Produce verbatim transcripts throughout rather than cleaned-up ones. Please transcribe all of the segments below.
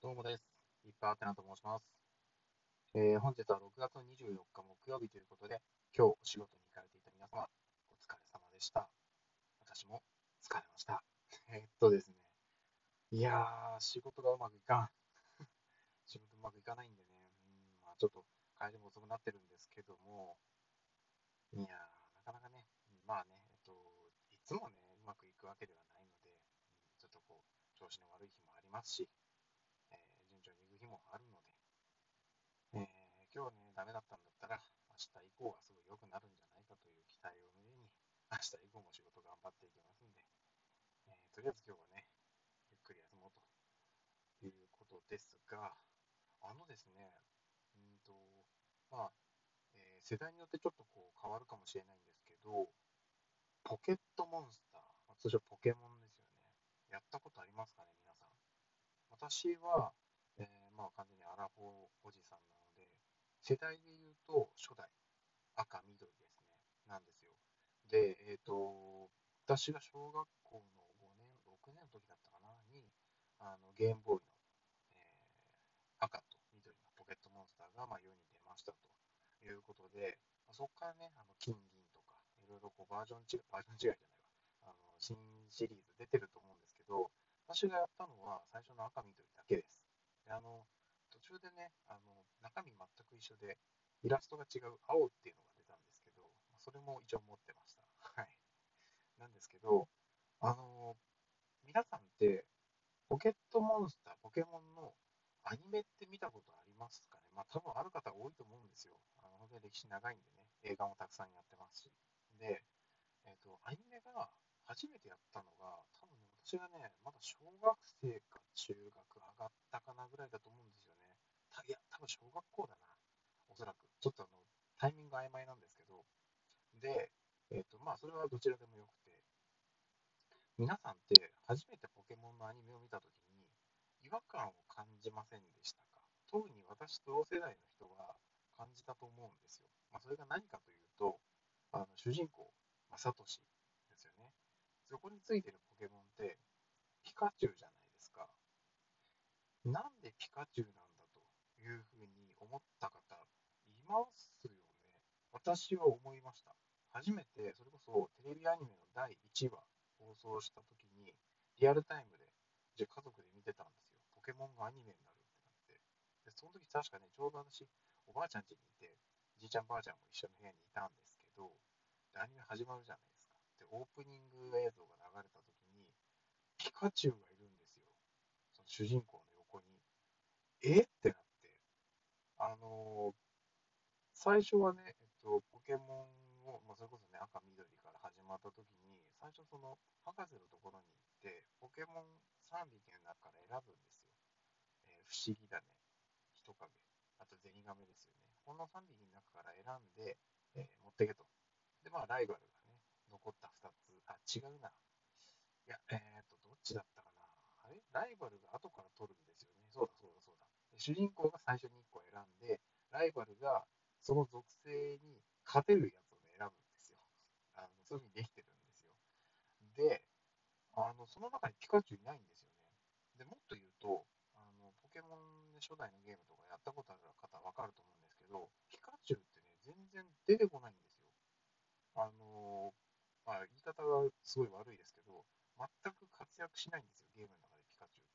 どうもです。いっぱいあってなと申します。えー本日はろくがつにじゅうよっか木曜日ということで、今日お仕事に行かれていた皆様、お疲れ様でした。私も疲れました。えーっとですね、いやー、仕事がうまくいかん。仕事うまくいかないんでね、うん、まあ、ちょっと帰りも遅くなってるんですけども、いやー、なかなかね、うんまあね、えっと、いつもね、うまくいくわけではないので、うんちょっとこう、調子の悪い日もありますし、えー順調にいく日もあるので、えー今日ね、ダメだったんだったら、明日以降はすごい良くなるんじゃないかという期待を胸に、明日以降も仕事頑張っていきますんで、えーとりあえず今日はね、ゆっくり休もうということですが、あのですね、うんと、まあ、えー世代によってちょっとこう変わるかもしれないんですけど、ポケットモンスター、まあ通称ポケモンですよね。やったことありますかね、皆さん。私は、えーまあ完全にアラフォーおじさんなので、世代で言うと初代、赤、緑ですね。なんですよ。で、えっ、と、私が小学校のごねん、ろくねんの時だったかな、に、あのゲームボーイの、えー赤と緑のポケットモンスターが、まあ、世に出ましたということで、まあそこからね、あの金、銀とか、いろいろこうバージョン違い、バージョン違いじゃないわ、あの新シリーズ出てると思うんですけど、私がやったのは最初の赤、緑だけです。であの途中でね、あの中身全く一緒で、イラストが違う青っていうのが出たんですけど、それも一応持ってました。はい。なんですけど、あの皆さんって、ポケットモンスター、ポケモンのアニメって見たことありますかね。まあ、多分ある方多いと思うんですよ。あの本当に歴史長いんでね、映画もたくさんやってますし。で、えっ、と、アニメが初めてやったのが、多分ね、私がね、まだ小学生か中学上がったかなぐらいだと思うんですよね。たいや、多分小学校だな。おそらく。ちょっとあの、タイミング曖昧なんですけど。で、えっ、と、まあ、それはどちらでもよくて、皆さんって初めてポケモンのアニメを見たときに違和感を感じませんでしたか？特に私同世代の人は感じたと思うんですよ。まあ、それが何かというと、あの主人公、まあ、サトシですよね。そこについてるポケモンってピカチュウじゃないですか。なんでピカチュウなんだというふうに思った方いますよね。私は思いました。初めて、それこそテレビアニメのだいいちわ放送した時に、リアルタイムで、じゃ家族で見てたんですよ。ポケモンがアニメになるってなって。で、その時確かね、ちょうど私、おばあちゃん家にいて、じいちゃんばあちゃんも一緒の部屋にいたんですけど、でアニメ始まるじゃないですか。で、オープニング映像が流れた時に、ピカチュウがいるんですよ。その主人公の横に。えってなって。あのー最初はね、えっと、ポケモンを、まあ、それこそね、赤、緑から始まった時に、最初その、博士のところに行って、ポケモンさんびきの中から選ぶんですよ。えー不思議だね、人影、あとゼニガメですよね。このさんびきの中から選んで、えー持ってけと。で、まあ、ライバルがね、残ったふたつ、あ、違うな。いや、えーっと、どっちだったかな。あれライバルが後から取るんですよね。そうだ、そうだ、そうだ。で主人公が最初にいっこ選んで、ライバルがその属性に勝てるやつを、ね、選ぶんですよ。あのそういうふうにできてるんですよ。で、あのその中にピカチュウいないんですよね。でもっと言うと、あのポケモンで初代のゲームとかやったことある方はわかると思うんですけど、ピカチュウってね、全然出てこないんですよ。あのまあ、言い方がすごい悪いですけど、全く活躍しないんですよ、ゲームの中でピカチュウって。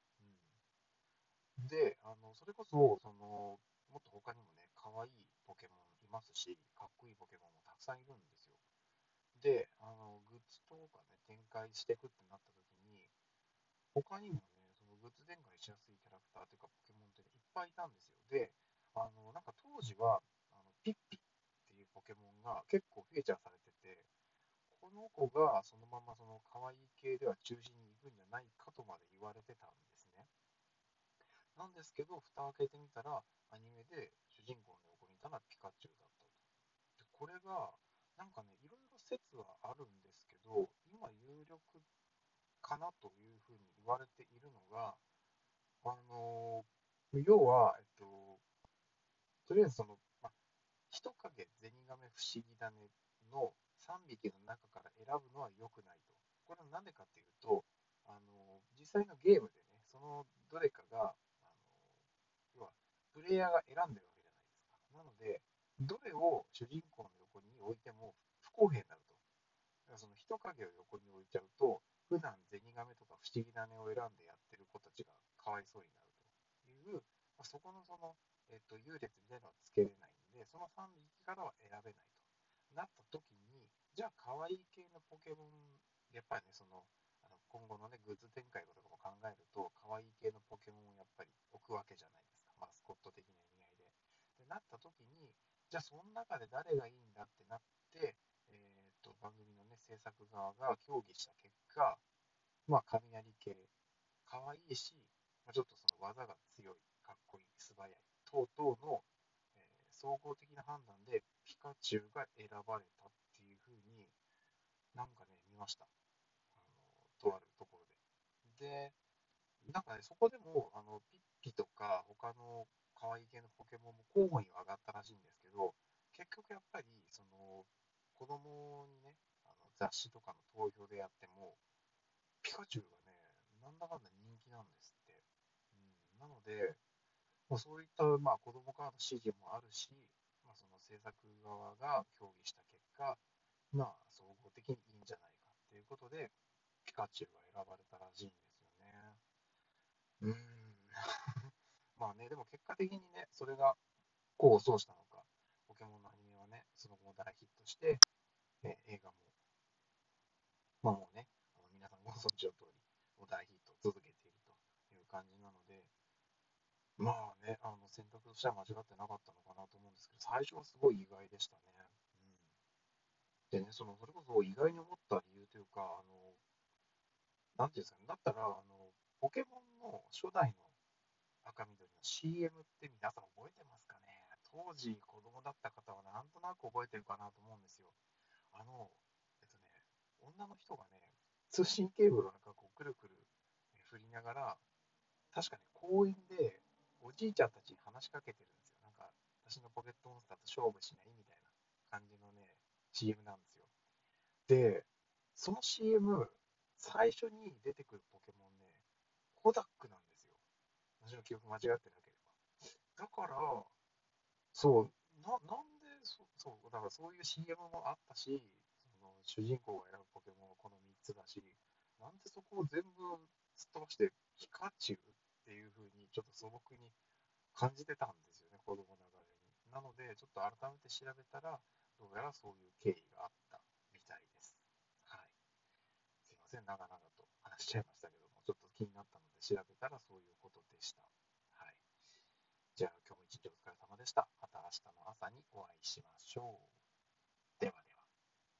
うん、で、あのそれこそ、その、もっと他にもね、可愛いポケモンいますし、かっこいいポケモンもたくさんいるんですよ。で、あのグッズとかね、展開していくってなった時に、他にもね、そのグッズ展開しやすいキャラクターというか、ポケモンっていっぱいいたんですよ。で、あのなんか当時は、あのピッピっていうポケモンが結構フィーチャーされてて、この子がそのままその可愛い系では中心に行くんじゃないかとまで言われてたんですね。なんですけど、蓋を開けてみたら、アニメで主人公の横にいたのはピカチュウだったと。で、これが、なんかね、いろいろ説はあるんですけど、今有力かなというふうに言われているのが、あのー要は、えっと、とりあえずその、まあ、人影、ゼニガメ、不思議だねのさんびきの中から選ぶのは良くないと。これは何でかっていうと、あの実際のゲームでね、そのどれかが主人公の横に置いても不公平になると。だからその人影を横に置いちゃうと、普段ゼニガメとか不思議種を選んでやってる子たちがかわいそうになるという、まあ、そこのその、えっと、優劣みたいなのはつけれないんで、そのさんびきからは選べないとなった時に、じゃあ可愛い系のポケモン、やっぱりね、その、あの今後のね、グッズ展開とかも考えると、可愛い系のポケモンをやっぱり置くわけじゃないですか、マスコット的な意味合いで。で、なった時に、じゃあその中で誰がいいんだってなって、えーっと、番組のね、制作側が協議した結果、まあ、雷系、可愛いし、まあ、ちょっとその技が強い、かっこいい、素早い、等々の、えー総合的な判断でピカチュウが選ばれたっていうふうになんかね、見ました。あの、とあるところで。で、なんかね、そこでも、あの、ピッピとか、他の可愛い系のポケモンも候補には上がったらしいんですけど、結局やっぱり、その、子供にね、あの雑誌とかの投票でやっても、ピカチュウがね、なんだかんだ人気なんですって。うん、なので、まあ、そういった、まあ、子供からの支持もあるし、まあ、その制作側が協議した結果、まあ、総合的にいいんじゃないかっていうことで、ピカチュウが選ばれたらしいんですよね。うーん。まあね、でも結果的にね、それが功を奏したのか、ポケモンのアニメはね、その後も大ヒットして、え映画も、まあもうね、あの皆さんご存知の通り、もう大ヒットを続けているという感じなので、まあね、あの選択としては間違ってなかったのかなと思うんですけど、最初はすごい意外でしたね。うん、でね、その、それこそ意外に思った理由というか、あの、なんていうんですかね、だったら、あの、ポケモンの初代の赤緑の シーエム って皆さん覚えてますかね？当時子供だった方はなんとなく覚えてるかなと思うんですよ。あの、えっとね、女の人がね、通信ケーブルをなんかこうくるくる振りながら、確かね、公園でおじいちゃんたちに話しかけてるんですよ。なんか、私のポケットモンスターと勝負しないみたいな感じのね、シーエム なんですよ。で、その シーエム、最初に出てくるポケモンね、コダックなんですよ。私の記憶間違ってなければ。だから、そう、な、なんで、そ、そう、だからそういう シーエム もあったし、その主人公が選ぶポケモンはこのみっつだし、なんでそこを全部すっ飛ばしてピカチュウっていう風にちょっと素朴に感じてたんですよね、子供ながらに。なので、ちょっと改めて調べたら、どうやらそういう経緯があったみたいです。はい。すいません、長々と話しちゃいましたけども、ちょっと気になったので調べたらそういうことでした。はい。じゃあ今日も一日お疲れ様でした。また明日の朝にお会いしましょう。